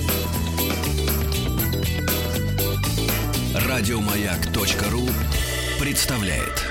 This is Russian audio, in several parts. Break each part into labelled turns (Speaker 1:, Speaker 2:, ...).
Speaker 1: Радиомаяк.ру представляет.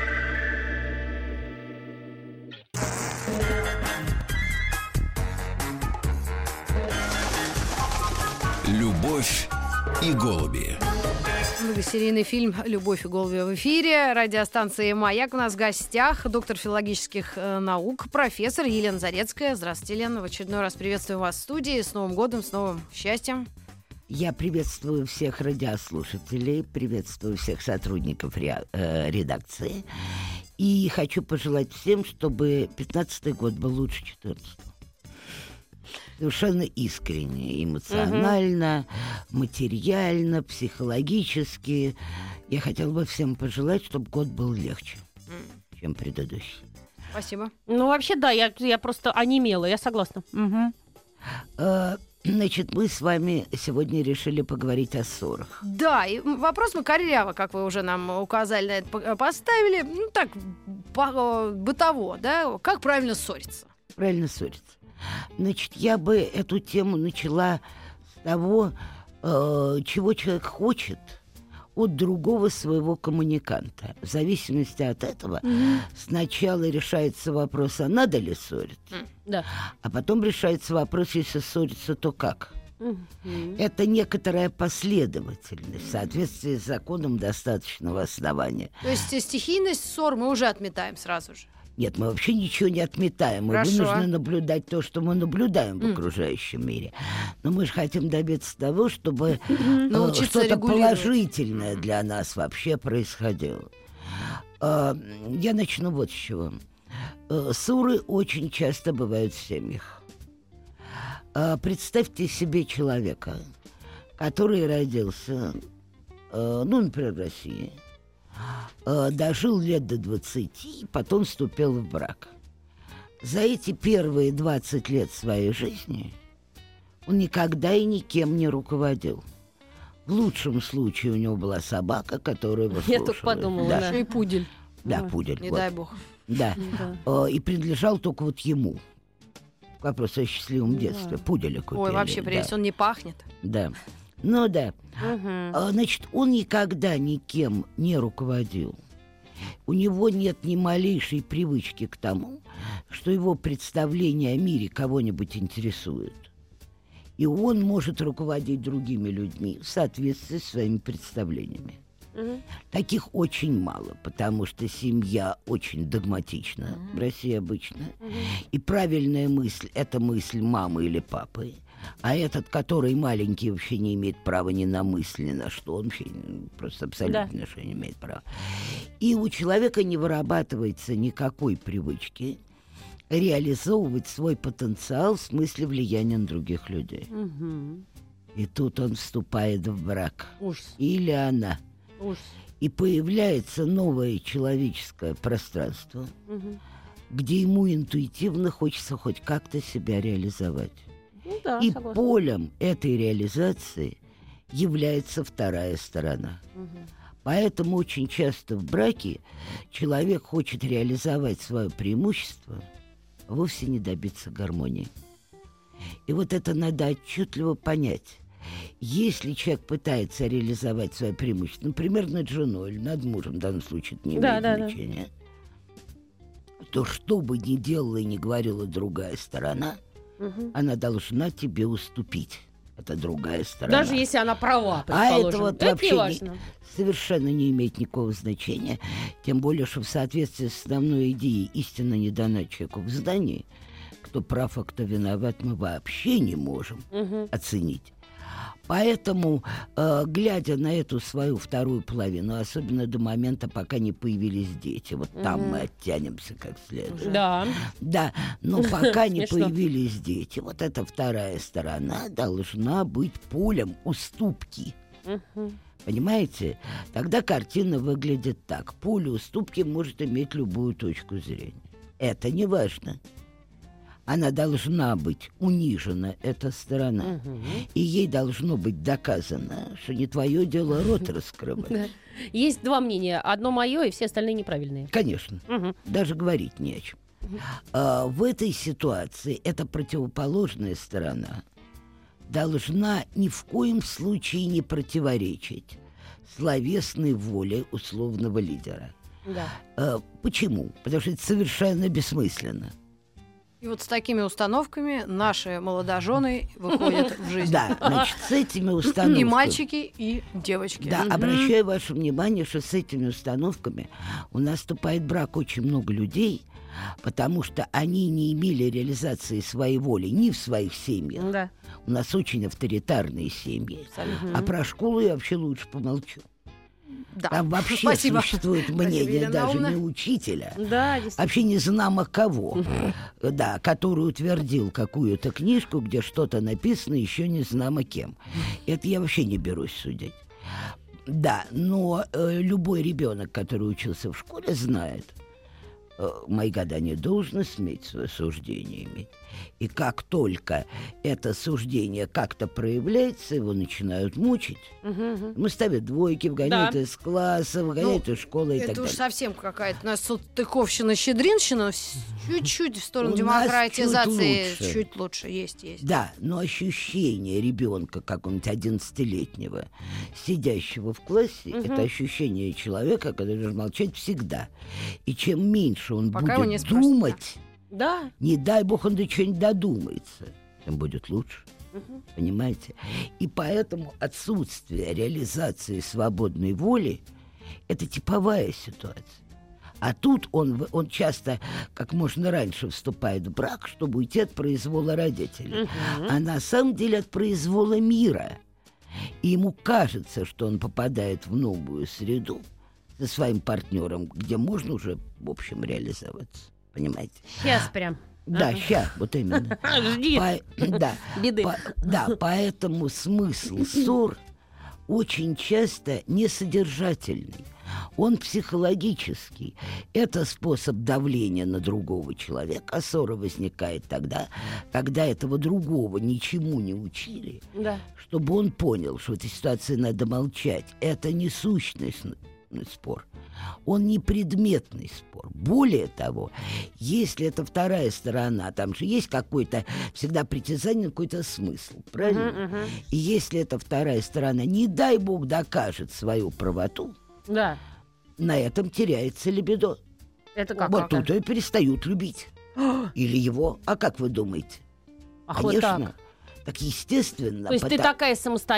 Speaker 1: Любовь и голуби.
Speaker 2: Многосерийный фильм «Любовь и голуби» в эфире. Радиостанция «Маяк». У нас в гостях доктор филологических наук, профессор Елена Зарецкая. Здравствуйте, Елена. В очередной раз приветствую вас в студии. С Новым годом, с новым счастьем.
Speaker 3: Я приветствую всех радиослушателей, приветствую всех сотрудников редакции. И хочу пожелать всем, чтобы 15-й год был лучше 14-го. Совершенно искренне, эмоционально, материально, психологически. Я хотела бы всем пожелать, чтобы год был легче, чем предыдущий.
Speaker 2: Спасибо.
Speaker 4: Ну, вообще, да, я просто онемела, я согласна.
Speaker 3: Значит, мы с вами сегодня решили поговорить о ссорах.
Speaker 2: Да, и вопрос мы коряво, как вы уже нам указали, на это поставили. Ну, так, бытово, да? Как правильно ссориться?
Speaker 3: Правильно ссориться. Значит, я бы эту тему начала с того, чего человек хочет от другого своего коммуниканта. В зависимости от этого сначала решается вопрос, а надо ли ссориться,
Speaker 4: Да.
Speaker 3: а потом решается вопрос, если ссориться, то как. Это некоторая последовательность в соответствии с законом достаточного основания.
Speaker 2: То есть стихийность ссор мы уже отметаем сразу же.
Speaker 3: Нет, мы вообще ничего не отметаем. Мы
Speaker 2: Хорошо.
Speaker 3: вынуждены наблюдать то, что мы наблюдаем в окружающем мире. Но мы же хотим добиться того, чтобы
Speaker 2: Научиться
Speaker 3: что-то
Speaker 2: регулировать.
Speaker 3: положительное для нас вообще происходило. Я начну вот с чего. Ссоры очень часто бывают в семьях. Представьте себе человека, который родился, например, в России, дожил лет до 20, потом вступил в брак. За эти первые 20 лет своей жизни он никогда и никем не руководил. В лучшем случае у него была собака, которая его слушала.
Speaker 4: Я только подумала,
Speaker 3: Да.
Speaker 4: да.
Speaker 2: Еще и пудель.
Speaker 3: Да,
Speaker 4: Да.
Speaker 3: пудель.
Speaker 2: Не
Speaker 3: вот.
Speaker 2: дай бог.
Speaker 3: Да. И принадлежал только вот ему. Вопрос о счастливом детстве. Пуделя купили.
Speaker 2: Ой, вообще,
Speaker 3: да.
Speaker 2: прелесть, он не пахнет.
Speaker 3: Да. Ну да. Значит, он никогда никем не руководил. У него нет ни малейшей привычки к тому, что его представление о мире кого-нибудь интересует. И он может руководить другими людьми в соответствии с своими представлениями. Таких очень мало, потому что семья очень догматична в России обычно. И правильная мысль – это мысль мамы или папы. А этот, который маленький, вообще не имеет права ни на мысль, ни на что. Он вообще просто абсолютно ни на что не имеет права. И у человека не вырабатывается никакой привычки реализовывать свой потенциал в смысле влияния на других людей. И тут он вступает в брак.
Speaker 4: Ужас.
Speaker 3: Или она.
Speaker 4: Ужас.
Speaker 3: И появляется новое человеческое пространство, где ему интуитивно хочется хоть как-то себя реализовать.
Speaker 4: Ну, да,
Speaker 3: И
Speaker 4: согласна.
Speaker 3: полем этой реализации является вторая сторона. Поэтому очень часто в браке человек хочет реализовать свое преимущество, а вовсе не добиться гармонии. И вот это надо отчетливо понять. Если человек пытается реализовать свое преимущество, например, над женой или над мужем, в данном случае это не имеет значения, то что бы ни делала и ни говорила другая сторона, она должна тебе уступить. Это другая сторона.
Speaker 4: Даже если она права,
Speaker 3: А
Speaker 4: предположим.
Speaker 3: это вот
Speaker 4: Это не
Speaker 3: вообще
Speaker 4: важно.
Speaker 3: совершенно не имеет никакого значения. Тем более, что в соответствии с основной идеей истина не дана человеку в здании. Кто прав, а кто виноват, мы вообще не можем оценить. Поэтому, глядя на эту свою вторую половину, особенно до момента, пока не появились дети, вот там мы оттянемся как следует.
Speaker 4: Да.
Speaker 3: Да, но пока не
Speaker 4: Смешно.
Speaker 3: появились дети, вот эта вторая сторона должна быть полем уступки. Понимаете? Тогда картина выглядит так. Поле уступки может иметь любую точку зрения. Это не важно. Она должна быть унижена, эта сторона. И ей должно быть доказано, что не твое дело рот раскрывать.
Speaker 4: Да. Есть два мнения. Одно мое, и все остальные неправильные.
Speaker 3: Конечно. Даже говорить не о чем. В этой ситуации эта противоположная сторона должна ни в коем случае не противоречить словесной воле условного лидера.
Speaker 4: Да.
Speaker 3: Почему? Потому что это совершенно бессмысленно.
Speaker 2: И вот с такими установками наши молодожены выходят в жизнь.
Speaker 3: Да, значит, с этими установками...
Speaker 2: И мальчики, и девочки.
Speaker 3: Да, обращаю ваше внимание, что с этими установками у нас вступает в брак очень много людей, потому что они не имели реализации своей воли ни в своих семьях.
Speaker 4: Да.
Speaker 3: У нас очень авторитарные семьи.
Speaker 2: Абсолютно.
Speaker 3: А про школу я вообще лучше помолчу.
Speaker 2: Да.
Speaker 3: Там вообще
Speaker 2: Спасибо.
Speaker 3: существует мнение
Speaker 2: Елена
Speaker 3: даже
Speaker 2: Наумовна.
Speaker 3: не учителя,
Speaker 4: Да, действительно.
Speaker 3: вообще не знамо кого, да, который утвердил какую-то книжку, где что-то написано еще не знамо кем. Это я вообще не берусь судить. Да, но любой ребенок, который учился в школе, знает, мои года не должен сметь свое суждение иметь. И как только это суждение как-то проявляется, его начинают мучить. Мы ставят двойки, выгоняют
Speaker 4: Да.
Speaker 3: из класса, выгоняют из школы и так
Speaker 2: Это уж
Speaker 3: далее.
Speaker 2: совсем какая-то у нас салтыковщина, щедринщина, чуть-чуть в сторону
Speaker 3: У нас
Speaker 2: демократизации,
Speaker 3: чуть лучше.
Speaker 2: чуть лучше есть.
Speaker 3: Да, но ощущение ребенка, какого-нибудь 11-летнего, сидящего в классе, это ощущение человека, который должен молчать всегда. И чем меньше он
Speaker 2: Пока его не
Speaker 3: будет
Speaker 2: спросят,
Speaker 3: думать,
Speaker 4: Да.
Speaker 3: не дай бог он до чего-нибудь додумается, тем будет лучше. Понимаете? И поэтому отсутствие реализации свободной воли – это типовая ситуация. А тут он часто как можно раньше вступает в брак, чтобы уйти от произвола родителей. А на самом деле от произвола мира. И ему кажется, что он попадает в новую среду со своим партнером, где можно уже, в общем, реализоваться. Понимаете?
Speaker 4: Сейчас прям.
Speaker 3: Да, сейчас, вот именно.
Speaker 4: Жди.
Speaker 3: Да,
Speaker 4: Беды.
Speaker 3: да, поэтому смысл ссор очень часто несодержательный. Он психологический. Это способ давления на другого человека. А ссора возникает тогда, когда этого другого ничему не учили,
Speaker 4: Да.
Speaker 3: чтобы он понял, что в этой ситуации надо молчать. Это не сущностный спор. Он не предметный спор. Более того, если это вторая сторона, там же есть какой-то всегда притязание на какой-то смысл, правильно? И если эта вторая сторона, не дай бог, докажет свою правоту,
Speaker 4: Да.
Speaker 3: на этом теряется либидо.
Speaker 4: Это как?
Speaker 3: Вот тут и перестают любить. Или его. А как вы думаете?
Speaker 4: Ах, вот
Speaker 3: Конечно.
Speaker 4: так.
Speaker 3: Так естественно.
Speaker 4: То есть ты
Speaker 3: потому-
Speaker 4: такая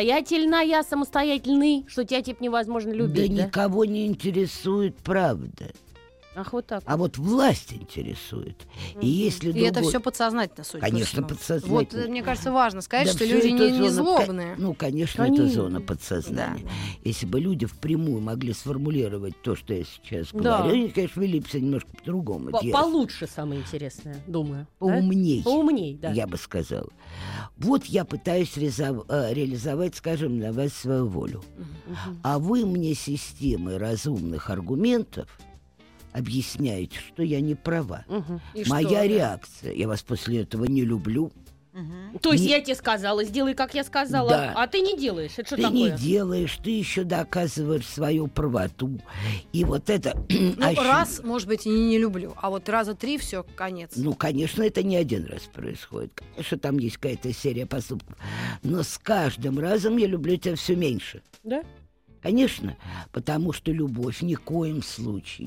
Speaker 4: самостоятельный, что тебя типа невозможно
Speaker 3: Да
Speaker 4: любить, да?
Speaker 3: никого не интересует правда.
Speaker 4: Ах, вот так.
Speaker 3: А вот власть интересует. И если
Speaker 2: И это
Speaker 3: другой-
Speaker 2: все подсознательно, судя по
Speaker 3: Конечно,
Speaker 2: всему.
Speaker 3: подсознательно.
Speaker 2: Вот, мне кажется, важно сказать,
Speaker 3: Да
Speaker 2: что
Speaker 3: всё
Speaker 2: люди
Speaker 3: это
Speaker 2: не
Speaker 3: зона-
Speaker 2: злобные.
Speaker 3: Ну, конечно,
Speaker 4: Они-
Speaker 3: это зона подсознания. Если бы люди впрямую могли сформулировать то, что я сейчас
Speaker 4: Да.
Speaker 3: говорю, они, конечно, вели бы себя немножко по-другому. делать.
Speaker 4: Получше самое интересное, думаю. да?
Speaker 3: Поумней,
Speaker 4: Поумней, да.
Speaker 3: я бы сказала. Вот я пытаюсь реализовать, скажем, на вас свою волю. А вы мне системой разумных аргументов объясняете, что я не права.
Speaker 2: И что,
Speaker 3: Моя
Speaker 2: да?
Speaker 3: реакция, я вас после этого не люблю.
Speaker 4: То есть
Speaker 3: Не-
Speaker 4: я тебе сказала, сделай, как я сказала,
Speaker 3: Да.
Speaker 4: а ты не делаешь. Это что
Speaker 3: Ты
Speaker 4: такое?
Speaker 3: не делаешь, ты еще доказываешь свою правоту. И вот это...
Speaker 2: Ну, раз, может быть, и не люблю, а вот раза 3 все, конец.
Speaker 3: Ну, конечно, это не один раз происходит. Конечно, там есть какая-то серия поступков. Но с каждым разом я люблю тебя все меньше.
Speaker 4: Да?
Speaker 3: Конечно, потому что любовь ни в коем случае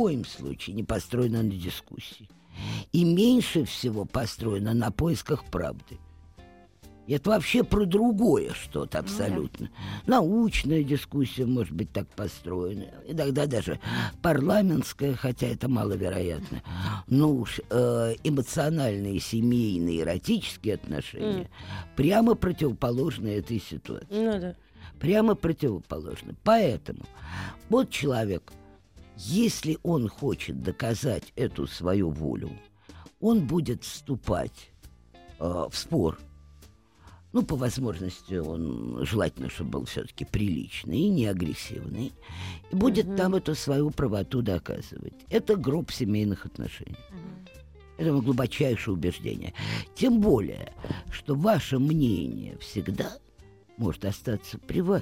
Speaker 3: не построена на дискуссии. И меньше всего построена на поисках правды. И это вообще про другое что-то абсолютно. Научная дискуссия может быть так построена. Иногда даже парламентская, хотя это маловероятно. Но уж эмоциональные, семейные, эротические отношения прямо противоположны этой ситуации.
Speaker 4: Ну да.
Speaker 3: Прямо противоположно. Поэтому вот человек, если он хочет доказать эту свою волю, он будет вступать в спор. Ну, по возможности, он желательно, чтобы был все-таки приличный и не агрессивный. И будет там эту свою правоту доказывать. Это гроб семейных отношений. Это мое глубочайшее убеждение. Тем более, что ваше мнение всегда может остаться при вас.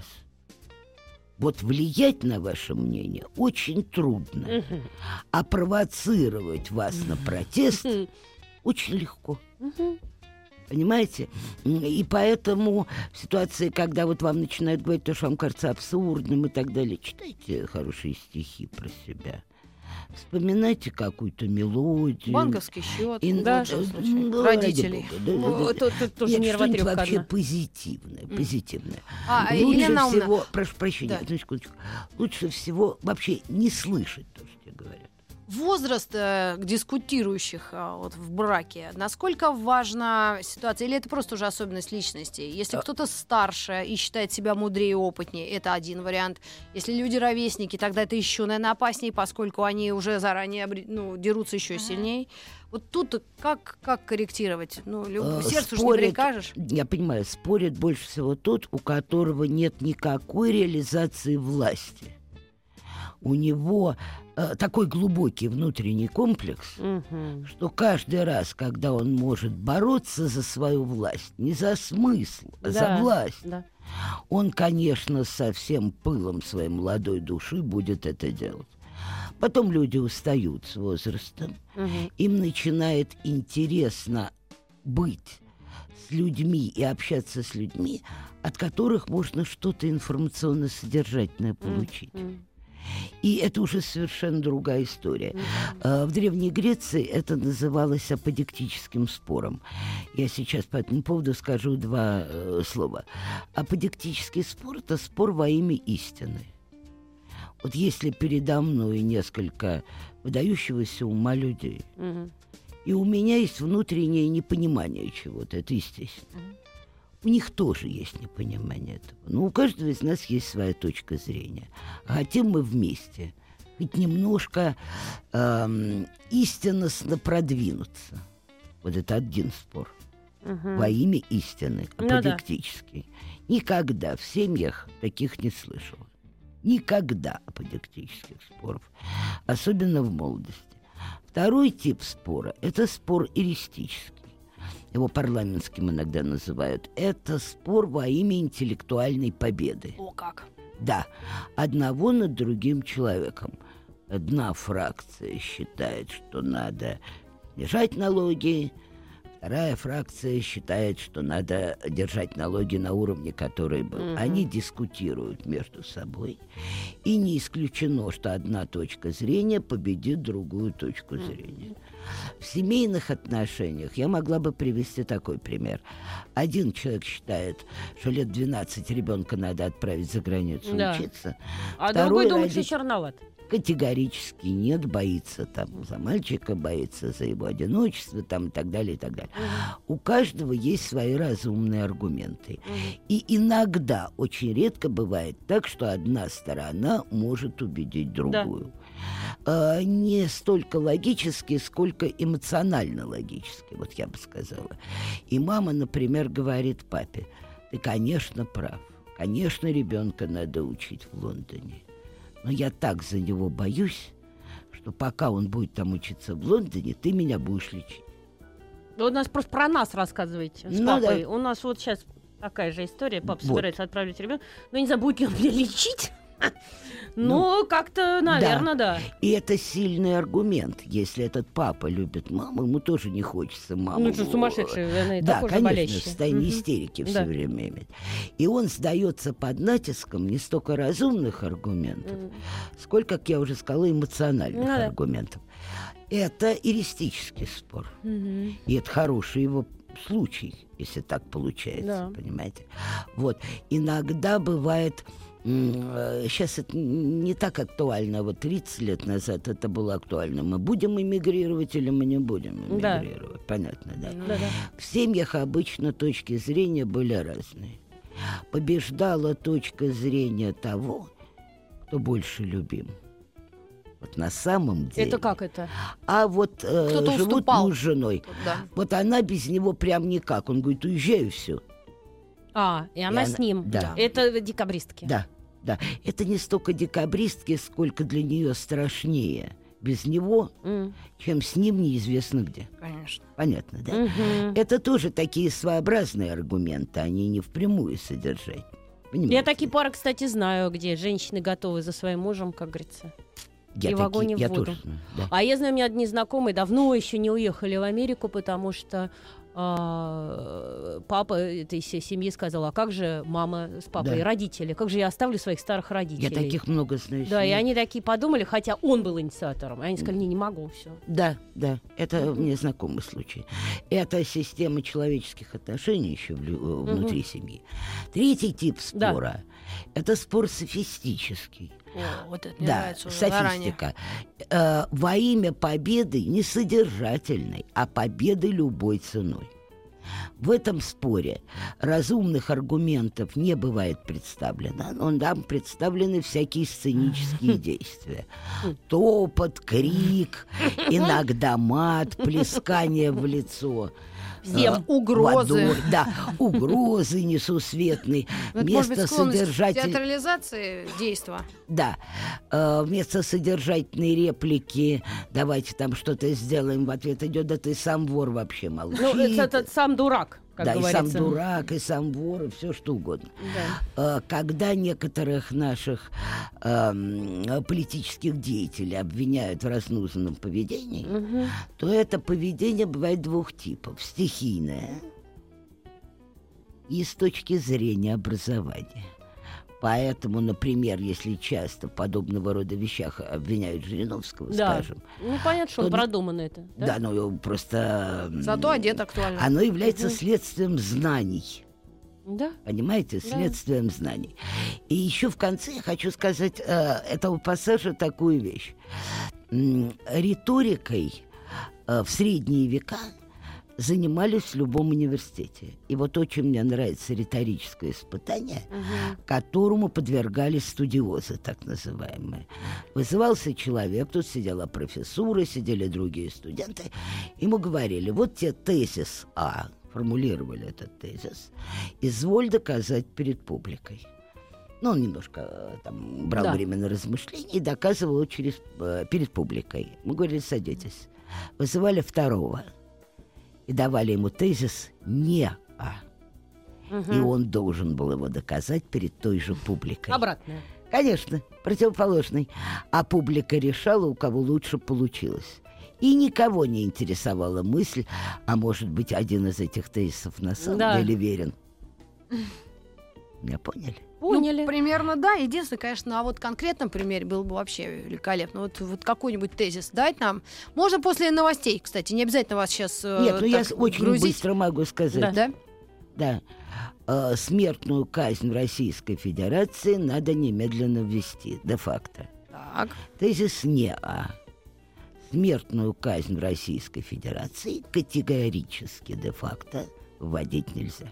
Speaker 3: Вот влиять на ваше мнение очень трудно, а провоцировать вас на протест очень легко. Понимаете? И поэтому в ситуации, когда вот вам начинают говорить то, что вам кажется абсурдным и так далее, читайте хорошие стихи про себя. Вспоминайте какую-то мелодию.
Speaker 2: Банковский счет,
Speaker 4: да,
Speaker 2: родителей.
Speaker 4: Это тоже
Speaker 3: что-нибудь
Speaker 4: нервотрепка
Speaker 3: вообще
Speaker 4: одна.
Speaker 3: позитивное.
Speaker 2: Елена
Speaker 3: Лучше
Speaker 2: Наумовна.
Speaker 3: всего, прошу прощения,
Speaker 2: Да.
Speaker 3: одну секундочку. Лучше всего вообще не слышать то, что тебе говорят.
Speaker 2: Возраст дискутирующих вот, в браке, насколько важна ситуация? Или это просто уже особенность личности? Если кто-то старше и считает себя мудрее и опытнее, это один вариант. Если люди ровесники, тогда это еще, наверное, опаснее, поскольку они уже заранее дерутся еще сильнее. Вот тут как корректировать? Сердцу же не прикажешь.
Speaker 3: Я понимаю, спорит больше всего тот, у которого нет никакой реализации власти. У него такой глубокий внутренний комплекс, что каждый раз, когда он может бороться за свою власть, не за смысл, а за власть, он, конечно, со всем пылом своей молодой души будет это делать. Потом люди устают с возрастом, им начинает интересно быть с людьми и общаться с людьми, от которых можно что-то информационно-содержательное получить. И это уже совершенно другая история. В Древней Греции это называлось аподектическим спором. Я сейчас по этому поводу скажу два слова. Аподектический спор – это спор во имя истины. Вот если передо мной несколько выдающегося ума людей, и у меня есть внутреннее непонимание чего-то, это естественно. У них тоже есть непонимание этого. Но у каждого из нас есть своя точка зрения. Хотим мы вместе хоть немножко истинно продвинуться. Вот это один спор. Во имя истины, аподектический. Никогда в семьях таких не слышал. Никогда аподектических споров. Особенно в молодости. Второй тип спора – это спор эристический. Его парламентским иногда называют. Это спор во имя интеллектуальной победы.
Speaker 2: О, как!
Speaker 3: Да, одного над другим человеком. Одна фракция считает, что надо снижать налоги, вторая фракция считает, что надо держать налоги на уровне, который был. Они дискутируют между собой, и не исключено, что одна точка зрения победит другую точку зрения. В семейных отношениях я могла бы привести такой пример. Один человек считает, что лет 12 ребенка надо отправить за границу учиться.
Speaker 4: А другой думает, что еще рановато.
Speaker 3: Категорически нет, боится там за мальчика, боится за его одиночество там, и так далее, и так далее. У каждого есть свои разумные аргументы. И иногда, очень редко бывает так, что одна сторона может убедить другую. Не столько логически, сколько эмоционально-логически, вот я бы сказала. И мама, например, говорит папе: ты, конечно, прав. Конечно, ребенка надо учить в Лондоне. Но я так за него боюсь, что пока он будет там учиться в Лондоне, ты меня будешь лечить.
Speaker 4: Вы у нас просто про нас рассказываете с папой. У нас вот сейчас такая же история. Папа собирается отправить ребенка. Но не знаю, будет ли он меня лечить. Но как-то, наверное, да.
Speaker 3: И это сильный аргумент. Если этот папа любит маму, ему тоже не хочется маму.
Speaker 4: Ну, это сумасшедший,
Speaker 3: да,
Speaker 4: такой же
Speaker 3: конечно,
Speaker 4: болельщик.
Speaker 3: в состоянии истерики все время иметь. И он сдается под натиском не столько разумных аргументов, сколько, как я уже сказала, эмоциональных аргументов. Это эристический спор. И это хороший его случай, если так получается, понимаете? Вот. Иногда бывает... Сейчас это не так актуально. Вот 30 лет назад это было актуально. Мы будем эмигрировать или мы не будем эмигрировать? Понятно, да? В семьях обычно точки зрения были разные. Побеждала точка зрения того, кто больше любим. Вот на самом деле.
Speaker 4: Это как это?
Speaker 3: А вот живут муж с женой. Вот она без него прям никак. Он говорит: уезжаю, все.
Speaker 4: И она с ним.
Speaker 3: Да.
Speaker 4: Это декабристки.
Speaker 3: Да. Да, это не столько декабристки, сколько для нее страшнее без него, чем с ним неизвестно где.
Speaker 2: Конечно.
Speaker 3: Понятно, да? Это тоже такие своеобразные аргументы, они не впрямую содержать. Понимаете?
Speaker 4: Я такие пары, кстати, знаю, где женщины готовы за своим мужем, как говорится. И в огонь, и в воду.
Speaker 3: Тоже знаю, да.
Speaker 4: А я знаю, у меня одни знакомые давно еще не уехали в Америку, потому что папа этой семьи сказал, а как же мама с папой и родители? Как же я оставлю своих старых родителей?
Speaker 3: Я таких много знаю.
Speaker 4: Да, и они такие подумали, хотя он был инициатором. И они сказали, не могу, все.
Speaker 3: Да, это мне знакомый случай. Это система человеческих отношений еще внутри семьи. Третий тип спора – это спор софистический.
Speaker 2: Вот это мне нравится уже
Speaker 3: софистика. Во имя победы не содержательной, а победы любой ценой. В этом споре разумных аргументов не бывает представлено, но там представлены всякие сценические действия. Топот, крик, иногда мат, плескание в лицо.
Speaker 2: Всем угрозы.
Speaker 3: Водой, угрозы несусветные.
Speaker 2: Может быть, склонность к театрализации действа?
Speaker 3: Да. Вместо содержательной реплики «давайте там что-то сделаем», в ответ идет «да ты сам вор, вообще молчи».
Speaker 4: Ну, это сам дурак. Как говорится.
Speaker 3: И сам дурак, и сам вор, и все что угодно. Да. Когда некоторых наших политических деятелей обвиняют в разнузданном поведении, то это поведение бывает двух типов. Стихийное и с точки зрения образования. Поэтому, например, если часто в подобного рода вещах обвиняют Жириновского, скажем...
Speaker 4: Ну, понятно, что он продуман это.
Speaker 3: Да, ну, просто...
Speaker 2: Зато одет актуально.
Speaker 3: Оно является следствием знаний.
Speaker 4: Да.
Speaker 3: Понимаете? Следствием знаний. И еще в конце я хочу сказать этого пассажа такую вещь. Риторикой в средние века занимались в любом университете. И вот очень мне нравится риторическое испытание, которому подвергались студиозы, так называемые. Вызывался человек, тут сидела профессура, сидели другие студенты. Ему говорили, вот тебе тезис А, формулировали этот тезис, изволь доказать перед публикой. Ну, он немножко там брал время на размышления и доказывал перед публикой. Мы говорили, садитесь. Вызывали второго. И давали ему тезис «не А». И он должен был его доказать перед той же публикой.
Speaker 4: Обратное.
Speaker 3: Конечно, противоположный. А публика решала, у кого лучше получилось. И никого не интересовала мысль, а может быть, один из этих тезисов на самом деле верен. Меня поняли?
Speaker 2: Поняли. Ну, примерно, да. Единственное, конечно, на вот конкретном примере было бы вообще великолепно. Вот какой-нибудь тезис дать нам. Можно после новостей, кстати. Не обязательно вас сейчас
Speaker 3: Нет, ну я очень быстро могу сказать.
Speaker 2: Да?
Speaker 3: Да. Смертную казнь в Российской Федерации надо немедленно ввести, де-факто.
Speaker 2: Так.
Speaker 3: Тезис не А. Смертную казнь в Российской Федерации категорически де-факто вводить нельзя.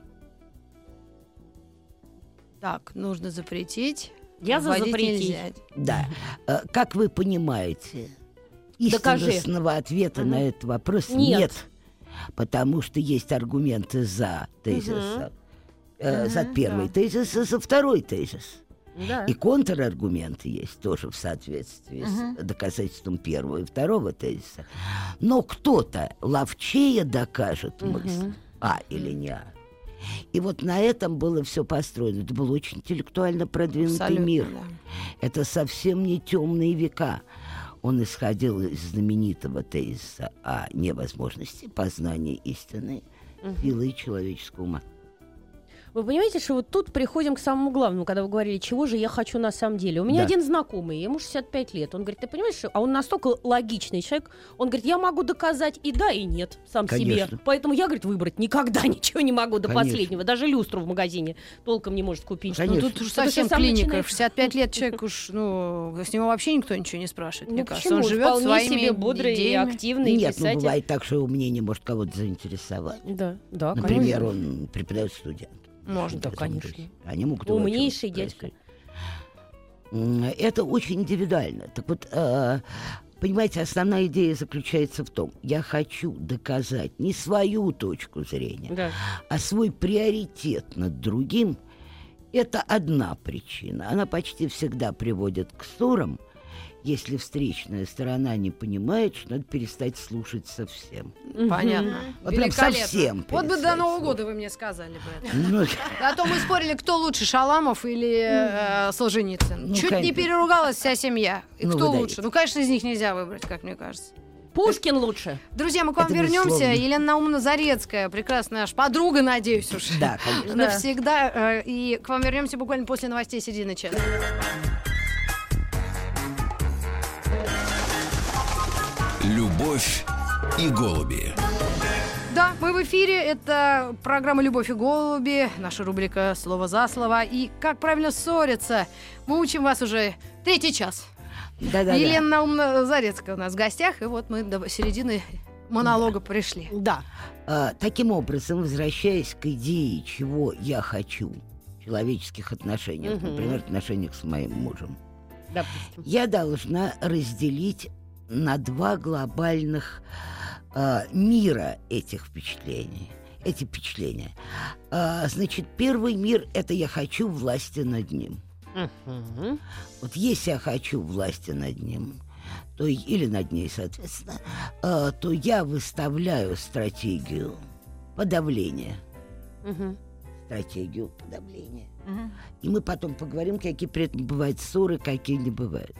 Speaker 2: Так, нужно запретить.
Speaker 4: Я за запретить.
Speaker 3: Да. Как вы понимаете, истинного ответа на этот вопрос нет. Потому что есть аргументы за тезис, за первый тезис и за второй тезис.
Speaker 4: Да.
Speaker 3: И контраргументы есть тоже в соответствии с доказательством первого и второго тезиса. Но кто-то ловчее докажет мысль А или не А. И вот на этом было все построено. Это был очень интеллектуально продвинутый мир. Да. Это совсем не темные века. Он исходил из знаменитого тезиса о невозможности познания истины силой человеческого ума.
Speaker 4: Вы понимаете, что вот тут приходим к самому главному, когда вы говорили, чего же я хочу на самом деле. У меня один знакомый, ему 65 лет. Он говорит, ты понимаешь, что... А он настолько логичный человек. Он говорит, я могу доказать и да, и нет сам себе. Поэтому я, говорит, выбрать никогда ничего не могу до последнего. Даже люстру в магазине толком не может купить.
Speaker 2: Ну, тут уж совсем клиника. 65 лет человек уж, с него вообще никто ничего не спрашивает. Мне кажется, он живет своими
Speaker 4: себе бодрый и активный.
Speaker 3: Нет, ну бывает так, что его мнение может кого-то заинтересовать.
Speaker 4: Да,
Speaker 3: например, он преподает студентам.
Speaker 4: Можно, да, конечно.
Speaker 3: Они могут
Speaker 4: умнейший дядька.
Speaker 3: Это очень индивидуально. Так вот, понимаете, основная идея заключается в том, я хочу доказать не свою точку зрения, а свой приоритет над другим. Это одна причина. Она почти всегда приводит к ссорам, если встречная сторона не понимает, что надо перестать слушать совсем.
Speaker 2: Понятно.
Speaker 3: Вот прям совсем.
Speaker 2: Вот бы до Нового года вы мне сказали бы это. А то мы спорили, кто лучше, Шаламов или Солженицын. Чуть не переругалась вся семья. И кто лучше? Ну, конечно, из них нельзя выбрать, как мне кажется.
Speaker 4: Пушкин лучше.
Speaker 2: Друзья, мы к вам вернемся. Елена Наумовна Зарецкая, прекрасная наша подруга, надеюсь уж.
Speaker 3: Да, конечно.
Speaker 2: Навсегда. И к вам вернемся буквально после новостей середины часа.
Speaker 1: Любовь и голуби.
Speaker 2: Да, мы в эфире. Это программа «Любовь и голуби», наша рубрика «Слово за слово». И как правильно ссориться. Мы учим вас уже 3-й час.
Speaker 3: Да-да-да.
Speaker 2: Елена Наумовна Зарецкая у нас в гостях. И вот мы до середины монолога пришли.
Speaker 4: Да.
Speaker 3: Таким образом, возвращаясь к идее, чего я хочу в человеческих отношениях, например, отношениях с моим мужем,
Speaker 4: Допустим.
Speaker 3: я должна разделить на 2 глобальных мира этих впечатлений. Эти впечатления. Значит, первый мир — это я хочу власти над ним. Вот если я хочу власти над ним, то, или над ней, соответственно, то я выставляю стратегию подавления. Стратегию подавления. И мы потом поговорим, какие при этом бывают ссоры, какие не бывают.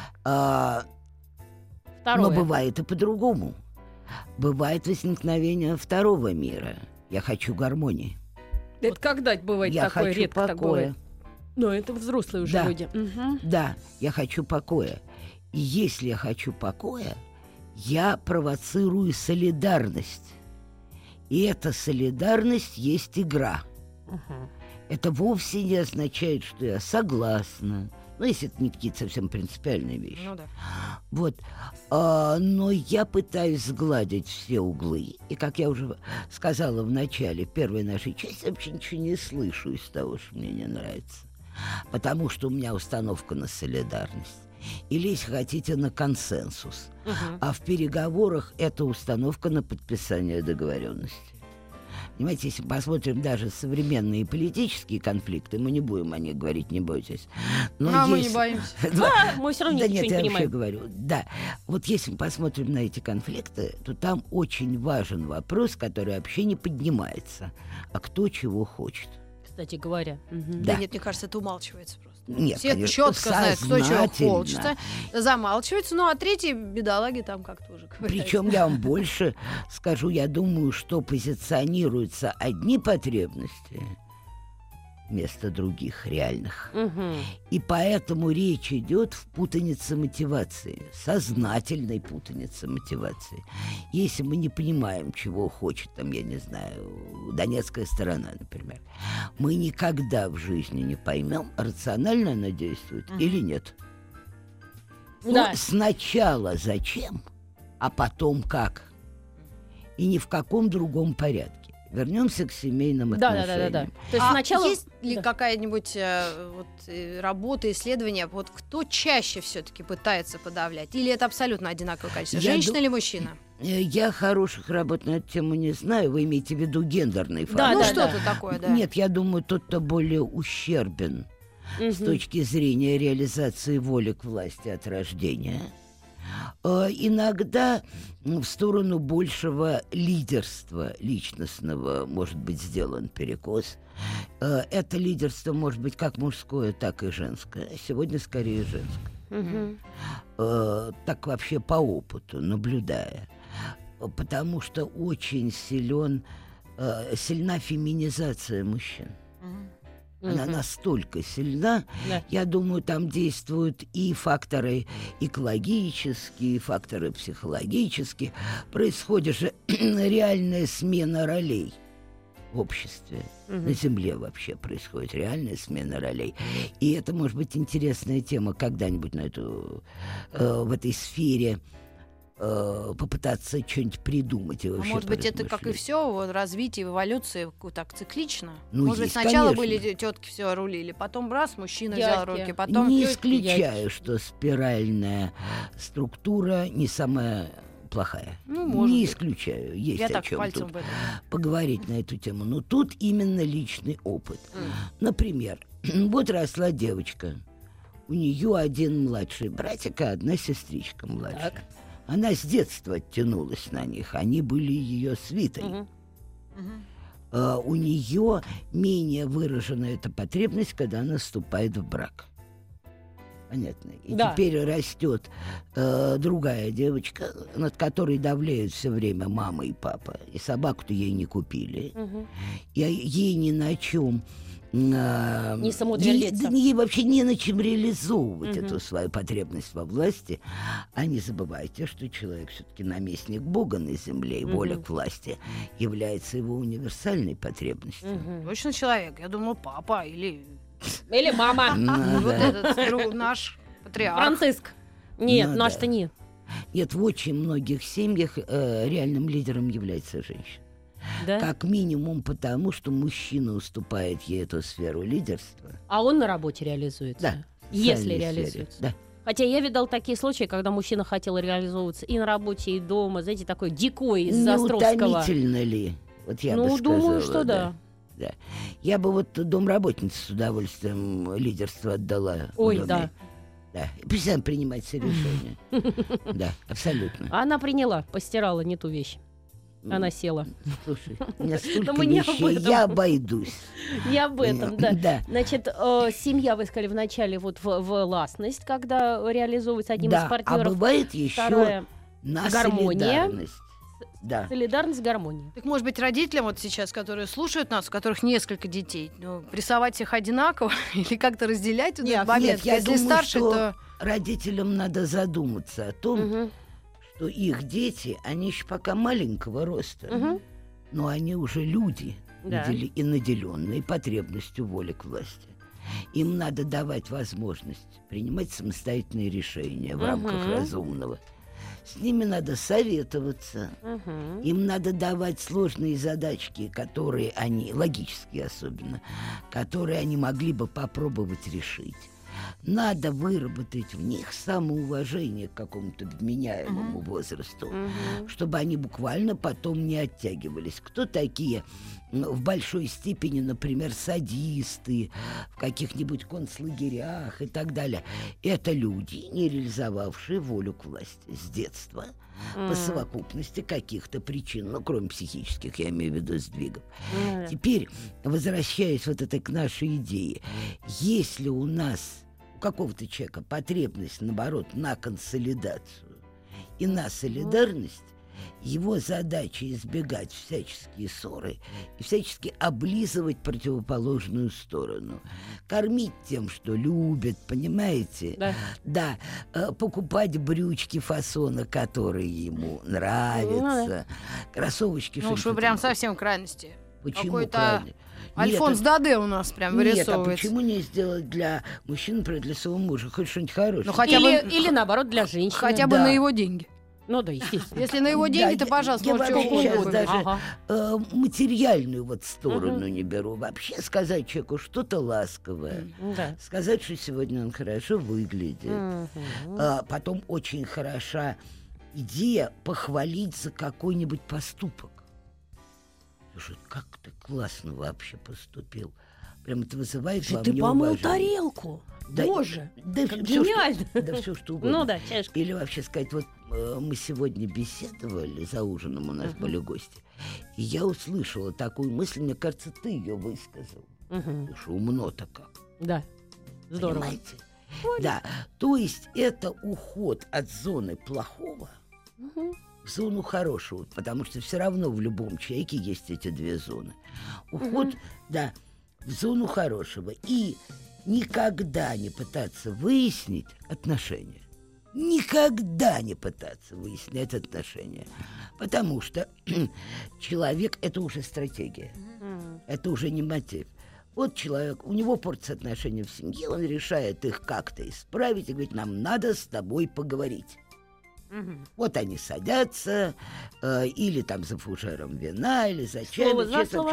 Speaker 3: Но бывает и по-другому. Бывает возникновение второго мира. Я хочу гармонии.
Speaker 4: Это когда бывает
Speaker 3: я
Speaker 4: такое?
Speaker 3: хочу
Speaker 4: Редко
Speaker 3: покоя.
Speaker 4: Но это взрослые уже люди.
Speaker 3: Да, я хочу покоя. И если я хочу покоя, я провоцирую солидарность. И эта солидарность есть игра. Это вовсе не означает, что я согласна. Ну, если это не какие-то совсем принципиальные вещи.
Speaker 2: Ну да.
Speaker 3: Вот. Но я пытаюсь сгладить все углы. И, как я уже сказала в начале первой нашей части, я вообще ничего не слышу из того, что мне не нравится. Потому что у меня установка на солидарность. Или, если хотите, на консенсус. А в переговорах это установка на подписание договоренности. Понимаете, если посмотрим даже современные политические конфликты, мы не будем о них говорить, не бойтесь. Но
Speaker 2: мы не боимся.
Speaker 4: Мы все равно
Speaker 3: Да
Speaker 4: ничего
Speaker 3: нет,
Speaker 4: не
Speaker 3: я
Speaker 4: понимаем.
Speaker 3: вообще говорю. Да, вот если мы посмотрим на эти конфликты, то там очень важен вопрос, который вообще не поднимается. А кто чего хочет?
Speaker 4: Кстати говоря.
Speaker 2: Да нет, мне кажется, это умалчивается просто.
Speaker 3: Нет,
Speaker 2: все
Speaker 3: конечно,
Speaker 2: четко знают, кто чего
Speaker 3: сознательно.
Speaker 2: хочется, замалчивается. Ну, а третьи бедолаги там как тоже ковыряются.
Speaker 3: Причем я вам больше скажу, я думаю, что позиционируются одни потребности вместо других реальных. И поэтому речь идет в путанице мотивации, сознательной путанице мотивации. Если мы не понимаем, чего хочет, там, я не знаю, донецкая сторона, например, мы никогда в жизни не поймем, рационально она действует или нет.
Speaker 4: Да.
Speaker 3: Ну, сначала зачем, а потом как. И ни в каком другом порядке. Вернемся к семейным отношениям.
Speaker 4: Да. То есть сначала...
Speaker 2: есть ли какая-нибудь работа, исследование, вот кто чаще все-таки пытается подавлять? Или это абсолютно одинаковое количество? Женщина или мужчина?
Speaker 3: Я хороших работ на эту тему не знаю. Вы имеете в виду гендерный фактор?
Speaker 2: Да, ну что-то такое, да.
Speaker 3: Нет, я думаю, тот, кто более ущербен с точки зрения реализации воли к власти от рождения. Иногда в сторону большего лидерства личностного может быть сделан перекос. Это лидерство может быть как мужское, так и женское. Сегодня скорее женское. Так вообще по опыту, наблюдая. Потому что очень сильна феминизация мужчин. Она настолько сильна, я думаю, там действуют и факторы экологические, и факторы психологические. Происходит же реальная смена ролей в обществе. На Земле вообще происходит реальная смена ролей. И это может быть интересная тема когда-нибудь в этой сфере попытаться что-нибудь придумать и вообще
Speaker 2: может быть, это как и все развитие, эволюция так циклично.
Speaker 3: Ну,
Speaker 2: может быть,
Speaker 3: есть,
Speaker 2: сначала
Speaker 3: конечно.
Speaker 2: были тетки все рулили, потом раз мужчина
Speaker 4: Дядьки.
Speaker 2: взял руки, потом
Speaker 3: Не
Speaker 2: тётки.
Speaker 3: исключаю, что спиральная структура не самая плохая.
Speaker 2: Ну, может
Speaker 3: не
Speaker 2: быть.
Speaker 3: исключаю. Есть
Speaker 2: Я
Speaker 3: о
Speaker 2: так
Speaker 3: чем
Speaker 2: пальцем
Speaker 3: тут
Speaker 2: в этом.
Speaker 3: поговорить на эту тему. Но тут именно личный опыт. Например, вот росла девочка. У нее один младший братик, а одна сестричка младшая.
Speaker 4: Так.
Speaker 3: Она с детства оттянулась на них. Они были ее свитой. У нее менее выражена эта потребность, когда она вступает в брак. Понятно. И
Speaker 4: Да.
Speaker 3: теперь растет другая девочка, над которой давлеют все время мама и папа. И собаку-то ей не купили. И ей ни на чем...
Speaker 4: Не самоутвердиться.
Speaker 3: Ей вообще не на чем реализовывать эту свою потребность во власти. А не забывайте, что человек все-таки наместник Бога на земле, и воля к власти является его универсальной потребностью.
Speaker 2: Точно человек? Я думала, папа или
Speaker 4: мама.
Speaker 2: вот этот наш патриарх.
Speaker 4: Франциск. Нет,
Speaker 3: Ну,
Speaker 4: наш-то
Speaker 3: да.
Speaker 4: нет.
Speaker 3: Нет, в очень многих семьях реальным лидером является женщина.
Speaker 4: Да?
Speaker 3: Как минимум потому, что мужчина уступает ей эту сферу лидерства.
Speaker 4: А он на работе реализуется?
Speaker 3: Да.
Speaker 4: Если
Speaker 3: в социальной
Speaker 4: реализуется.
Speaker 3: сфере, да.
Speaker 4: Хотя я видал такие случаи, когда мужчина хотел реализовываться и на работе, и дома. Знаете, такой дикой из
Speaker 3: Не
Speaker 4: Островского.
Speaker 3: утомительно ли? Вот я бы
Speaker 4: Ну,
Speaker 3: сказала,
Speaker 4: думаю, что да.
Speaker 3: Да. Я бы вот домработнице с удовольствием лидерство отдала. в
Speaker 4: Ой,
Speaker 3: доме.
Speaker 4: да.
Speaker 3: Да. И пусть она принимает все решения. Да, абсолютно.
Speaker 4: Она приняла, постирала не ту вещь. Она села.
Speaker 3: Слушай, у меня столько
Speaker 4: мы не об
Speaker 3: вещей,
Speaker 4: этом.
Speaker 3: я обойдусь.
Speaker 4: Не об этом, да.
Speaker 3: Да.
Speaker 4: Значит, семья, вы сказали, вначале вот властность, когда реализовывается одним
Speaker 3: Да,
Speaker 4: из партнеров.
Speaker 3: а бывает еще
Speaker 4: Вторая
Speaker 3: на
Speaker 4: гармония.
Speaker 3: солидарность. Да.
Speaker 4: солидарность, гармония.
Speaker 2: Так, может быть, родителям вот сейчас, которые слушают нас, у которых несколько детей, прессовать всех одинаково или как-то разделять этот
Speaker 3: Нет,
Speaker 2: момент?
Speaker 3: я
Speaker 2: Если
Speaker 3: думаю,
Speaker 2: старше,
Speaker 3: что
Speaker 2: то...
Speaker 3: родителям надо задуматься о том,
Speaker 4: Мгм.
Speaker 3: что их дети, они еще пока маленького роста,
Speaker 4: Мгм.
Speaker 3: но они уже люди
Speaker 4: Да.
Speaker 3: и наделенные потребностью воли к власти. Им надо давать возможность принимать самостоятельные решения в рамках разумного. С ними надо советоваться.
Speaker 4: Мгм.
Speaker 3: Им надо давать сложные задачки, которые они, логические особенно, которые они могли бы попробовать решить. Надо выработать в них самоуважение к какому-то вменяемому возрасту, чтобы они буквально потом не оттягивались. Кто такие в большой степени, например, садисты в каких-нибудь концлагерях и так далее? Это люди, не реализовавшие волю к власти с детства по совокупности каких-то причин, ну, кроме психических, я имею в виду сдвигов. Теперь, возвращаясь вот это к нашей идее, если у нас у какого-то человека потребность, наоборот, на консолидацию и на солидарность, его задача избегать всяческие ссоры и всячески облизывать противоположную сторону. Кормить тем, что любят, понимаете?
Speaker 4: Да.
Speaker 3: Да, покупать брючки фасона, которые ему нравятся, кроссовочки.
Speaker 2: Ну уж вы прям совсем в крайности.
Speaker 3: Почему
Speaker 2: Какой-то
Speaker 3: крайне?
Speaker 2: Альфонс Даде у нас прям
Speaker 3: Нет, а
Speaker 2: вырисовывается.
Speaker 3: почему не сделать для мужчин, например, для своего мужа хоть что-нибудь хорошее?
Speaker 2: Ну, хотя бы,
Speaker 4: Или наоборот для женщины.
Speaker 2: хотя бы
Speaker 3: Да.
Speaker 2: на его деньги.
Speaker 4: Ну да, естественно.
Speaker 2: Если на его деньги,
Speaker 3: Да,
Speaker 2: то, пожалуйста,
Speaker 3: я
Speaker 2: можете
Speaker 3: вообще
Speaker 2: его
Speaker 3: сейчас
Speaker 2: купить.
Speaker 3: даже
Speaker 4: Ага.
Speaker 3: материальную вот сторону не беру. Вообще сказать человеку что-то ласковое.
Speaker 4: Да.
Speaker 3: Сказать, что сегодня он хорошо выглядит.
Speaker 4: Мгм.
Speaker 3: Потом очень хороша идея похвалить за какой-нибудь поступок. Слушай, как ты классно вообще поступил. Прям это вызывает во
Speaker 4: Ты
Speaker 3: мне
Speaker 4: помыл
Speaker 3: уважение.
Speaker 4: тарелку.
Speaker 3: Да,
Speaker 4: Боже,
Speaker 3: да
Speaker 4: как
Speaker 3: всё,
Speaker 4: гениально.
Speaker 3: Да все что угодно.
Speaker 4: Ну да, чашка.
Speaker 3: Или вообще сказать, вот мы сегодня беседовали, за ужином у нас были гости, и я услышала такую мысль, мне кажется, ты ее высказал.
Speaker 4: Мгм.
Speaker 3: Слушай, умно-то как.
Speaker 4: Да, здорово.
Speaker 3: Понимаете? Да, то есть это уход от зоны плохого
Speaker 4: Мгм.
Speaker 3: в зону хорошего, потому что все равно в любом человеке есть эти две зоны. Уход, да, в зону хорошего. И никогда не пытаться выяснить отношения. Никогда не пытаться выяснять отношения. Потому что человек — это уже стратегия.
Speaker 4: Мгм.
Speaker 3: Это уже не мотив. Вот человек, у него портятся отношения в семье, он решает их как-то исправить и говорит, нам надо с тобой поговорить.
Speaker 4: Мгм.
Speaker 3: Вот они садятся, или там за фужером вина, или за чаем.
Speaker 4: Слово за слово.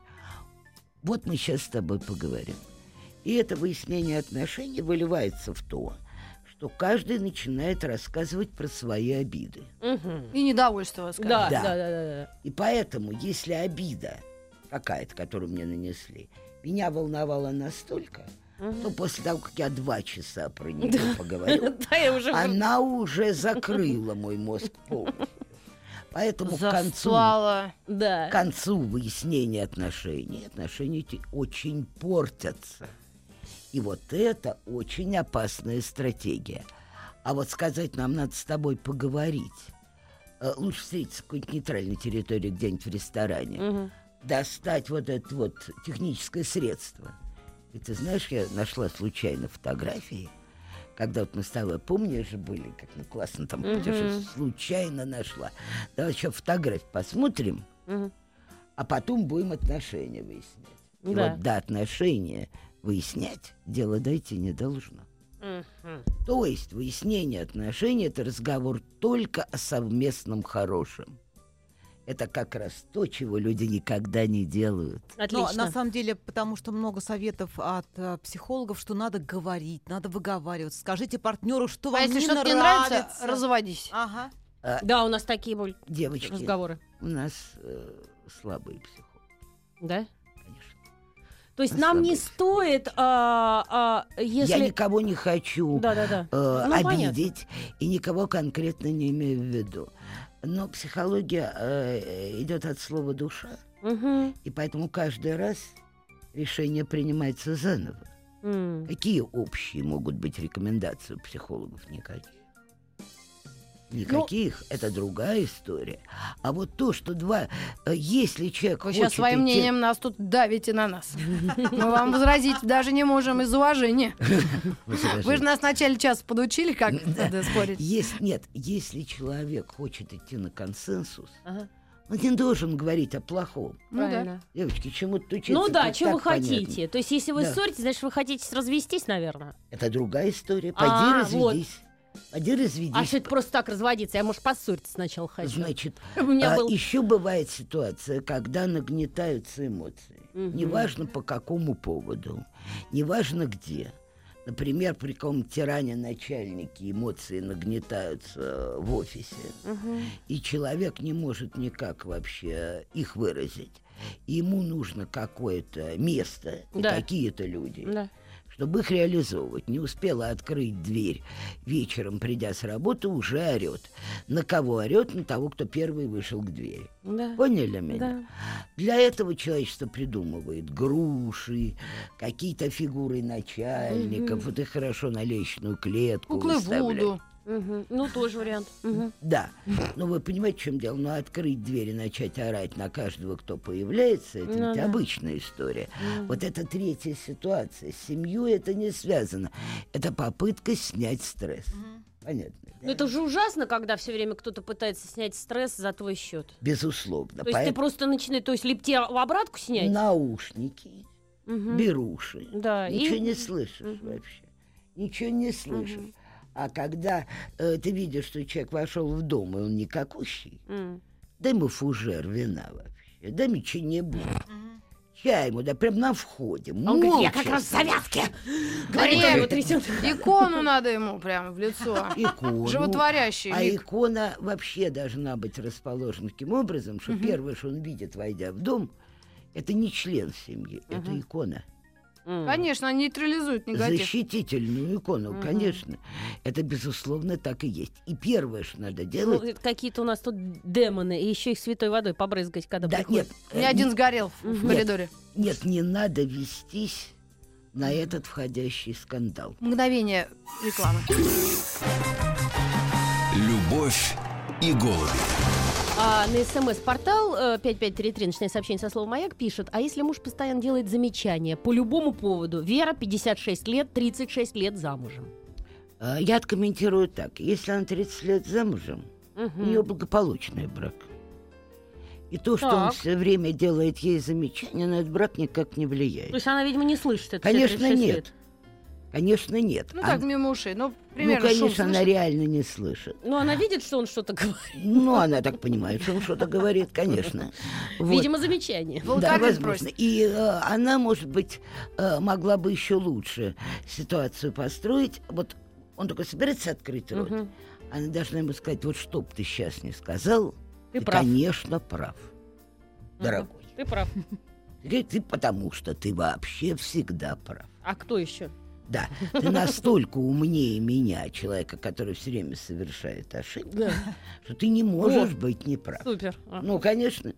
Speaker 3: Вот мы сейчас с тобой поговорим. И это выяснение отношений выливается в то, что каждый начинает рассказывать про свои обиды.
Speaker 4: Мгм.
Speaker 2: И недовольство, скажем.
Speaker 4: Да,
Speaker 3: Да.
Speaker 4: да, да, да.
Speaker 3: И поэтому, если обида какая-то, которую мне нанесли, меня волновала настолько, то после того, как я 2 часа про нее поговорю,
Speaker 4: Да, я уже...
Speaker 3: она уже закрыла мой мозг полностью. Поэтому к
Speaker 2: Заслала.
Speaker 4: Да.
Speaker 3: концу выяснения отношений эти очень портятся. И вот это очень опасная стратегия. А вот сказать, нам надо с тобой поговорить. Лучше встретиться в какой-нибудь нейтральной территории, где-нибудь в ресторане. Достать вот это вот техническое средство. И ты знаешь, я нашла случайно фотографии, когда вот мы с тобой, помнишь, были, как мы классно там путешествовали, случайно нашла. Давай еще фотографии посмотрим, а потом будем отношения выяснять. И вот до отношения выяснять дело дойти не должно. То есть выяснение отношений — это разговор только о совместном хорошем. Это как раз то, чего люди никогда не делают.
Speaker 5: Отлично. Но на самом деле, потому что много советов от психологов, что надо говорить, надо выговариваться. Скажите партнеру, что вам
Speaker 2: если
Speaker 5: не
Speaker 2: что-то
Speaker 5: нравится.
Speaker 2: не нравится, разводись.
Speaker 5: Ага.
Speaker 4: Да, у нас такие были
Speaker 3: девочки,
Speaker 4: разговоры.
Speaker 3: У нас слабые психологи.
Speaker 4: Да?
Speaker 3: Конечно.
Speaker 4: То есть нам не стоит, если...
Speaker 3: Я никого не хочу обидеть,
Speaker 4: понятно.
Speaker 3: И никого конкретно не имею в виду. Но психология идет от слова «душа», и поэтому каждый раз решение принимается заново. Какие общие могут быть рекомендации у психологов? Никаких. Никаких, это другая история. А вот то, что если человек
Speaker 2: Вы
Speaker 3: хочет
Speaker 2: сейчас своим мнением нас тут давите на нас. Мы вам возразить даже не можем из уважения. Вы же нас в начале часа подучили, как надо спорить.
Speaker 3: Если человек хочет идти на консенсус, он не должен говорить о плохом.
Speaker 4: Правильно.
Speaker 3: Девочки, чему-то учиться.
Speaker 4: Ну да, чего вы хотите.
Speaker 3: Понятно.
Speaker 4: То есть если вы ссоритесь, значит, вы хотите развестись, наверное.
Speaker 3: Это другая история. Пойди разведись.
Speaker 4: Вот.
Speaker 3: Пойди разведись.
Speaker 4: А что это просто так разводиться? Я, может, поссориться сначала хочу.
Speaker 3: Значит,
Speaker 4: был...
Speaker 3: еще бывает ситуация, когда нагнетаются эмоции. Неважно по какому поводу, неважно где. Например, при каком-то тиране начальнике эмоции нагнетаются в офисе, и человек не может никак вообще их выразить. И ему нужно какое-то место и какие-то люди. Чтобы их реализовывать. Не успела открыть дверь вечером, придя с работы, уже орет. На кого орет? На того, кто первый вышел к двери. Поняли меня?
Speaker 4: Да.
Speaker 3: Для этого человечество придумывает груши, какие-то фигуры начальников. Вот их хорошо на лестничную клетку
Speaker 2: Куклы
Speaker 3: выставляют.
Speaker 2: Вуду.
Speaker 4: Ну, тоже вариант.
Speaker 3: Да. Но вы понимаете, в чем дело? Но открыть дверь и начать орать на каждого, кто появляется, это ведь обычная история. Вот это третья ситуация. С семьей это не связано. Это попытка снять стресс. Понятно? Да?
Speaker 4: Но это же ужасно, когда все время кто-то пытается снять стресс за твой счет.
Speaker 3: Безусловно.
Speaker 4: То есть ты просто начинаешь, то есть либо тебе в обратку снять?
Speaker 3: Наушники, беруши.
Speaker 4: Да.
Speaker 3: Ничего не слышишь вообще. Ничего не слышишь. А когда ты видишь, что человек вошел в дом, и он никакущий, дай ему фужер вина вообще, дай мне что-нибудь. Чай ему, да прям на входе.
Speaker 4: Он говорит, я как раз в завязке.
Speaker 2: Икону надо ему прямо в лицо.
Speaker 3: Икону.
Speaker 2: Животворящий
Speaker 3: А
Speaker 2: лик.
Speaker 3: икона вообще должна быть расположена таким образом, что первое, что он видит, войдя в дом, это не член семьи, это икона.
Speaker 2: Конечно, они нейтрализуют негатив.
Speaker 3: Защитительную икону, конечно. Это, безусловно, так и есть. И первое, что надо делать...
Speaker 4: Ну, какие-то у нас тут демоны, и еще их святой водой побрызгать, когда приходят.
Speaker 3: Нет,
Speaker 2: У меня один сгорел в коридоре.
Speaker 3: Нет, не надо вестись на этот входящий скандал.
Speaker 2: Мгновение рекламы.
Speaker 1: Любовь и голуби.
Speaker 4: На СМС-портал 5533, начиная сообщение со словом «Маяк», пишет: а если муж постоянно делает замечания по любому поводу? Вера, 56 лет, 36 лет замужем.
Speaker 3: Я откомментирую так. Если она 30 лет замужем, у нее благополучный брак. И то, что он все время делает ей замечания, на этот брак никак не влияет.
Speaker 4: То есть она, видимо, не слышит это.
Speaker 3: Конечно, нет. Конечно, нет.
Speaker 2: Ну, так, мимо ушей. Ну, примерно
Speaker 3: конечно, она реально не слышит.
Speaker 4: Ну, она видит, что он что-то говорит.
Speaker 3: Ну, она так понимает, что он что-то говорит, конечно.
Speaker 4: Видимо, замечание.
Speaker 3: Да, возможно. И она, может быть, могла бы еще лучше ситуацию построить. Вот он только собирается открыть рот. Она должна ему сказать: вот что бы ты сейчас не сказал, ты
Speaker 4: прав.
Speaker 3: Конечно, прав, дорогой.
Speaker 4: Ты прав.
Speaker 3: Ты потому что ты вообще всегда прав.
Speaker 4: А кто еще?
Speaker 3: Да, ты настолько умнее меня, человека, который все время совершает ошибки, что ты не можешь быть неправ.
Speaker 4: Супер.
Speaker 3: Ну, конечно.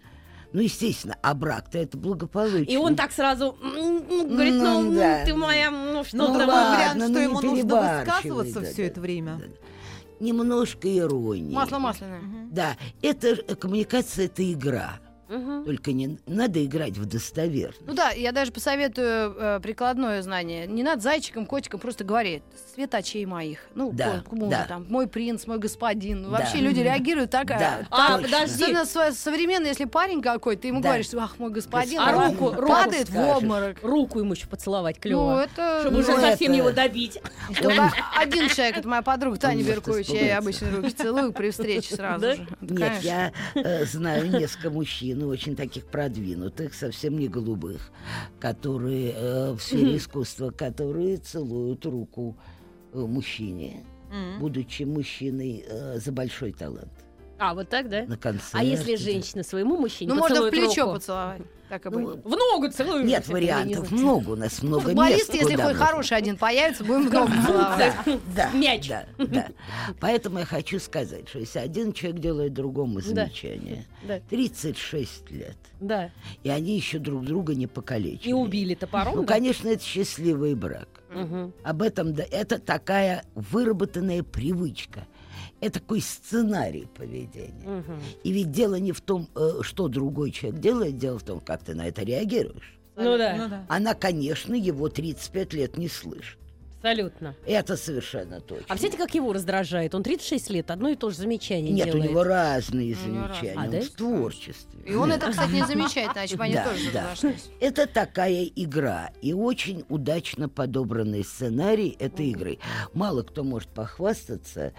Speaker 3: Ну, естественно, а брак-то это благополучно.
Speaker 4: И он так сразу говорит,
Speaker 3: да.
Speaker 4: ты моя, что
Speaker 5: Ну,
Speaker 4: ты
Speaker 5: такой
Speaker 3: ладно,
Speaker 5: вариант, что
Speaker 3: не
Speaker 5: ему нужно
Speaker 3: перебарщивай,
Speaker 5: высказываться
Speaker 3: да,
Speaker 5: все
Speaker 3: да,
Speaker 5: это время.
Speaker 3: да, да. Немножко иронии.
Speaker 2: Масло масляное.
Speaker 3: Да, это коммуникация, это игра.
Speaker 4: Мгм.
Speaker 3: Только не надо играть в достоверность.
Speaker 2: Ну да, я даже посоветую прикладное знание. Не надо зайчиком, котиком, просто говори цвет очей моих. Ну,
Speaker 3: Да,
Speaker 2: к мужу
Speaker 3: да.
Speaker 2: там, мой принц, мой господин. Ну,
Speaker 3: Да.
Speaker 2: вообще люди реагируют так.
Speaker 3: Да,
Speaker 4: А,
Speaker 3: точно.
Speaker 4: подожди.
Speaker 2: Особенно современно, если парень какой-то, ты ему
Speaker 3: Да.
Speaker 2: говоришь, ах, мой господин,
Speaker 4: А
Speaker 2: он
Speaker 4: руку
Speaker 2: падает в
Speaker 3: скажешь.
Speaker 2: обморок.
Speaker 4: Руку ему еще поцеловать
Speaker 2: Ну,
Speaker 4: клево.
Speaker 2: это...
Speaker 4: Чтобы
Speaker 3: ну,
Speaker 4: уже совсем
Speaker 3: это-
Speaker 4: его добить.
Speaker 2: Только один человек, это моя подруга Таня
Speaker 3: может
Speaker 2: Беркович, я ей
Speaker 3: испугаться.
Speaker 2: обычно руки целую при встрече сразу
Speaker 4: Да?
Speaker 2: же. Это,
Speaker 3: Нет,
Speaker 2: конечно.
Speaker 3: я знаю несколько мужчин, очень таких продвинутых, совсем не голубых, которые в сфере искусства, которые целуют руку мужчине, будучи мужчиной за большой талант.
Speaker 4: А, вот так, да?
Speaker 3: На концерте.
Speaker 4: А если женщина своему мужчине
Speaker 2: Ну, можно в
Speaker 4: поцелует
Speaker 2: плечо
Speaker 4: руку?
Speaker 2: поцеловать. Так и
Speaker 3: Ну,
Speaker 2: будет.
Speaker 4: В ногу целую.
Speaker 3: Нет
Speaker 4: кстати, я не
Speaker 3: вариантов,
Speaker 4: знаю.
Speaker 3: много у нас, много
Speaker 2: Футболист,
Speaker 3: мест.
Speaker 2: если
Speaker 3: куда
Speaker 2: хоть
Speaker 3: можно.
Speaker 2: хороший один появится, будем в ногу целовать.
Speaker 3: Да,
Speaker 4: Мяч.
Speaker 3: Да, да. Поэтому я хочу сказать, что если один человек делает другому замечание,
Speaker 4: Да.
Speaker 3: 36 лет,
Speaker 4: Да.
Speaker 3: и они еще друг друга не покалечили.
Speaker 4: И убили топором,
Speaker 3: Ну,
Speaker 4: да?
Speaker 3: конечно, это счастливый брак.
Speaker 4: Мгм.
Speaker 3: Об этом, да, это такая выработанная привычка. Это такой сценарий поведения.
Speaker 4: Мгм.
Speaker 3: И ведь дело не в том, что другой человек делает, дело в том, как ты на это реагируешь.
Speaker 4: Ну да,
Speaker 5: Ну да.
Speaker 3: Она, конечно, его 35 лет не слышит.
Speaker 4: абсолютно.
Speaker 3: Это совершенно точно.
Speaker 4: А представляете, как его раздражает? Он 36 лет, одно и то же замечание
Speaker 3: Нет,
Speaker 4: делает.
Speaker 3: у него разные
Speaker 2: У него
Speaker 3: замечания.
Speaker 4: разные. А,
Speaker 3: Он
Speaker 4: да?
Speaker 3: в творчестве.
Speaker 2: И он это, кстати, не замечает, иначе бы они
Speaker 3: Да,
Speaker 2: тоже
Speaker 3: да.
Speaker 2: разошлись.
Speaker 3: Это такая игра. И очень удачно подобранный сценарий этой игры. Мало кто может похвастаться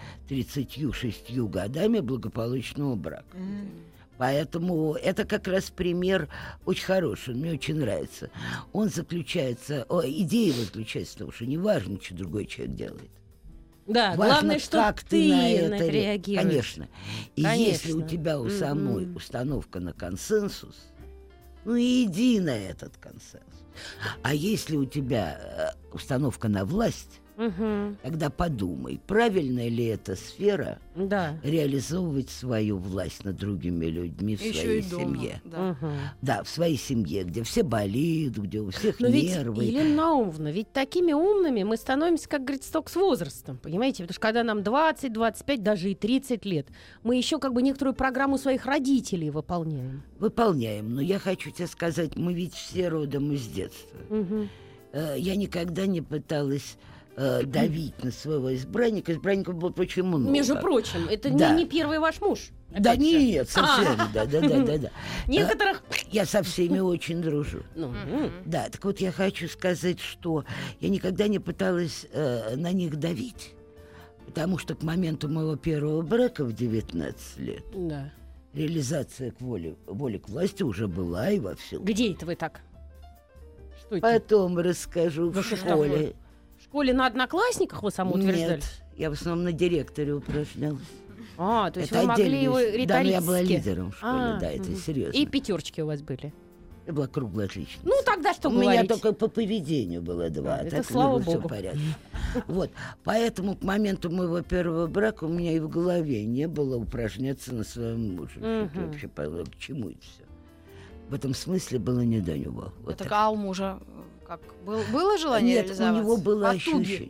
Speaker 3: 36 годами благополучного брака. Поэтому это как раз пример очень хороший, мне очень нравится. Он заключается, идея заключается в том, что не важно, что другой человек делает.
Speaker 4: Да,
Speaker 3: Важно,
Speaker 4: главное, что
Speaker 3: как
Speaker 4: ты
Speaker 3: на
Speaker 4: на
Speaker 3: это
Speaker 4: это реагируешь.
Speaker 3: Конечно. И
Speaker 4: Конечно.
Speaker 3: если у тебя у самой установка на консенсус, ну и иди на этот консенсус. А если у тебя установка на власть,
Speaker 4: Мгм.
Speaker 3: тогда подумай, правильная ли эта сфера
Speaker 4: Да.
Speaker 3: реализовывать свою власть над другими людьми в
Speaker 2: Еще
Speaker 3: своей
Speaker 2: и дома.
Speaker 3: семье.
Speaker 2: Да.
Speaker 4: Мгм.
Speaker 3: Да, в своей семье, где все болеют, где у всех
Speaker 4: Но ведь,
Speaker 3: нервы.
Speaker 4: Елена Наумовна, ведь такими умными мы становимся, как говорится, только с возрастом, понимаете? Потому что когда нам 20, 25, даже и 30 лет, мы еще как бы некоторую программу своих родителей выполняем.
Speaker 3: Выполняем. Но я хочу тебе сказать, мы ведь все родом из детства.
Speaker 4: Мгм.
Speaker 3: Я никогда не пыталась давить на своего избранника. Избранников было очень много.
Speaker 4: Между прочим, это
Speaker 3: Да.
Speaker 4: не первый ваш муж.
Speaker 3: Да
Speaker 4: опять же.
Speaker 3: нет, совсем, да.
Speaker 4: Некоторых...
Speaker 3: Я со всеми очень дружу.
Speaker 4: Ну,
Speaker 3: Да, так вот я хочу сказать, что я никогда не пыталась на них давить. Потому что к моменту моего первого брака в 19 лет
Speaker 4: да.
Speaker 3: реализация к воли к власти уже была и вовсю.
Speaker 4: Где это вы так? Что это?
Speaker 3: Потом расскажу в
Speaker 4: Ну, что ж
Speaker 3: школе.
Speaker 4: В школе на одноклассниках вы самоутверждали?
Speaker 3: Нет, я в основном на директоре упражнялась.
Speaker 4: А, то есть
Speaker 3: Это
Speaker 4: вы могли
Speaker 3: отдельная
Speaker 4: его
Speaker 3: история. Да, но я была
Speaker 4: риторически.
Speaker 3: лидером в школе,
Speaker 4: А,
Speaker 3: да, это
Speaker 4: мгм.
Speaker 3: серьезно.
Speaker 4: И пятерочки у вас были.
Speaker 3: Я была круглой отличницей.
Speaker 4: Ну, тогда что
Speaker 3: У меня
Speaker 4: говорить?
Speaker 3: только по поведению было 2,
Speaker 4: Это
Speaker 3: так
Speaker 4: слава
Speaker 3: все
Speaker 4: богу.
Speaker 3: в порядке. Вот, поэтому к моменту моего первого брака у меня и в голове не было упражняться на своем муже. Что ты вообще поняла, к чему это все? В этом смысле было не до него. Вот
Speaker 2: Так,
Speaker 3: так.
Speaker 2: а у мужа как? Было желание
Speaker 3: Нет, у
Speaker 2: реализоваться?
Speaker 3: него было
Speaker 2: От туги?
Speaker 3: ощущение.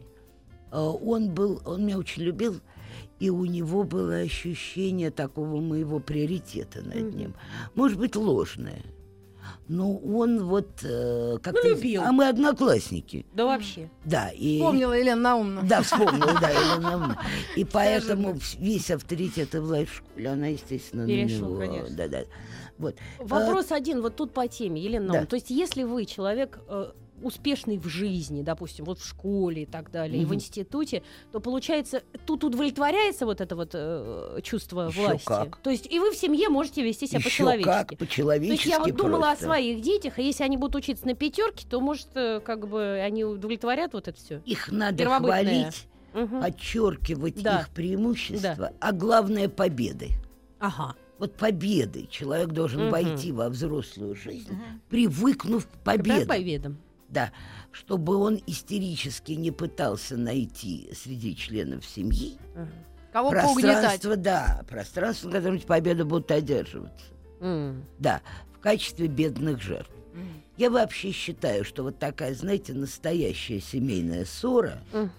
Speaker 3: Он меня очень любил, и у него было ощущение такого моего приоритета над ним. Может быть, ложное. Но он вот как-то...
Speaker 4: любил.
Speaker 3: А мы одноклассники.
Speaker 4: Да вообще.
Speaker 3: Да, и...
Speaker 2: Вспомнила Елена Наумовна.
Speaker 3: Да, вспомнила, да, Елена Наумовна. И поэтому весь авторитет и власть в школе, она, естественно,
Speaker 4: Перешла,
Speaker 3: на него.
Speaker 4: конечно.
Speaker 3: Да. Вот.
Speaker 4: Вопрос один, вот тут по теме, Елена
Speaker 3: Да.
Speaker 4: Наумовна. То есть если вы человек успешный в жизни, допустим, вот в школе и так далее, и в институте, то получается, тут удовлетворяется вот это вот чувство
Speaker 3: Ещё
Speaker 4: власти.
Speaker 3: как.
Speaker 4: То есть и вы в семье можете вести себя
Speaker 3: Еще
Speaker 4: по-человечески.
Speaker 3: как,
Speaker 4: То есть
Speaker 3: по-человечески
Speaker 4: я вот думала
Speaker 3: просто.
Speaker 4: о своих детях, и если они будут учиться на пятерке, то, может, как бы они удовлетворят вот это все.
Speaker 3: Их надо
Speaker 4: Первобытное.
Speaker 3: хвалить, подчеркивать
Speaker 4: Да.
Speaker 3: их преимущества, а главное — победы.
Speaker 4: Ага.
Speaker 3: Вот победы. Человек должен
Speaker 4: Мгм.
Speaker 3: войти во взрослую жизнь, привыкнув к
Speaker 4: Победам.
Speaker 3: победам. Да, чтобы он истерически не пытался найти среди членов семьи
Speaker 2: Кого поугнетать?
Speaker 3: пространство, в котором эти победы будут одерживаться. Да, в качестве бедных жертв. Я вообще считаю, что вот такая, знаете, настоящая семейная ссора,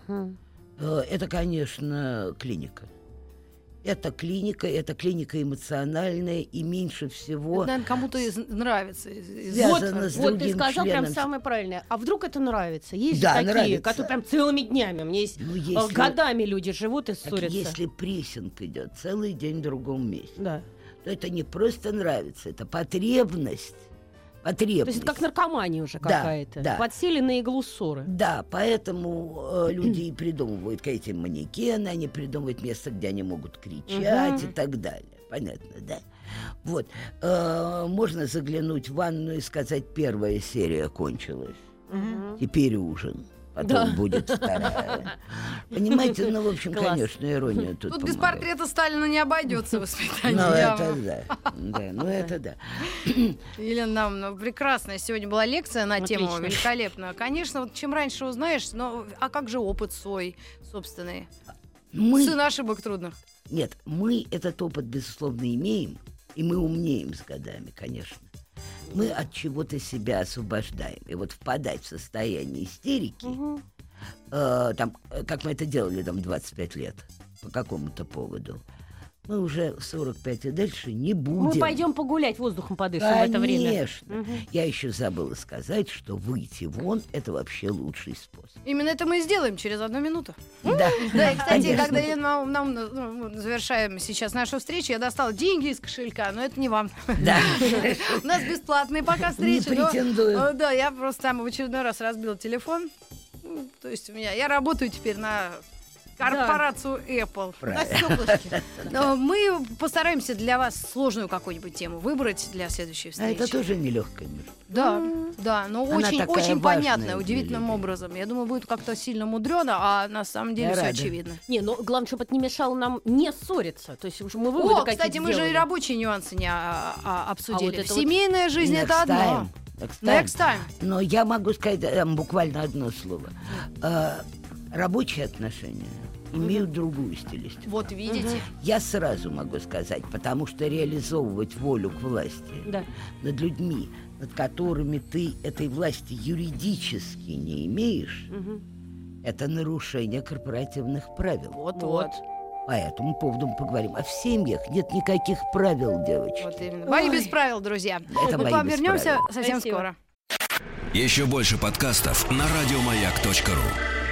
Speaker 3: это, конечно, клиника. Это клиника эмоциональная, и меньше всего...
Speaker 2: Это, наверное, кому-то нравится.
Speaker 4: Вот ты сказал прям самое правильное. А вдруг это нравится? Есть же такие,
Speaker 3: нравится.
Speaker 4: которые прям целыми днями. Мне есть годами люди живут и ссорятся.
Speaker 3: Если прессинг идет целый день в другом месте,
Speaker 4: да,
Speaker 3: то это не просто нравится, это потребность.
Speaker 4: То есть это как наркомания уже какая-то.
Speaker 3: Да.
Speaker 4: Подсели на иглу ссоры.
Speaker 3: Да, поэтому люди и придумывают эти манекены, они придумывают место, где они могут кричать и так далее. Понятно, да? Вот. Можно заглянуть в ванную и сказать, первая серия кончилась. Теперь ужин. Потом будет вторая. Понимаете, в общем,
Speaker 4: Класс.
Speaker 3: Конечно, ирония тут
Speaker 2: без портрета Сталина не обойдется воспитание.
Speaker 3: Это да.
Speaker 2: Елена, нам прекрасная сегодня была лекция на тему, великолепная. Конечно, вот чем раньше узнаешь, но а как же опыт свой собственный? Сын ошибок трудных.
Speaker 3: Нет, мы этот опыт, безусловно, имеем, и мы умнеем с годами, конечно. Мы от чего-то себя освобождаем. И вот впадать в состояние истерики, как мы это делали 25 лет по какому-то поводу, мы уже 45 и дальше не будем.
Speaker 4: Мы пойдем погулять, воздухом подышим в это время.
Speaker 3: Конечно. Я еще забыла сказать, что выйти вон — это вообще лучший способ.
Speaker 2: Именно это мы и сделаем через 1 минуту.
Speaker 3: Да.
Speaker 2: Да, и, кстати, когда Елена, мы завершаем сейчас нашу встречу, я достала деньги из кошелька, но это не вам.
Speaker 3: Да.
Speaker 2: У нас бесплатные пока встречи.
Speaker 3: Не претендую.
Speaker 2: Да, я просто там в очередной раз разбила телефон. То есть я работаю теперь на корпорацию Apple. Но мы постараемся для вас сложную какую-нибудь тему выбрать для следующей встречи.
Speaker 3: А это тоже нелегкая, между
Speaker 2: Да, но очень понятно, удивительным образом. Я думаю, будет как-то сильно мудрено, а на самом деле все очевидно.
Speaker 4: Не, но главное, чтобы это не мешало нам не ссориться. То есть уже мы выводы какие-то
Speaker 2: кстати, мы же и рабочие нюансы не обсудили. Семейная жизнь — это одно. Next time.
Speaker 3: Но я могу сказать буквально одно слово. Рабочие отношения имеют другую стилистику.
Speaker 2: Вот видите.
Speaker 3: Я сразу могу сказать, потому что реализовывать волю к власти над людьми, над которыми ты этой власти юридически не имеешь, это нарушение корпоративных правил.
Speaker 2: Вот.
Speaker 3: По этому поводу мы поговорим. А в семьях нет никаких правил, девочки.
Speaker 2: Вот именно. Бои без правил, друзья.
Speaker 3: Это
Speaker 2: Мы к вам вернемся совсем
Speaker 4: Спасибо.
Speaker 2: скоро.
Speaker 1: Еще больше подкастов на радиомаяк.ру.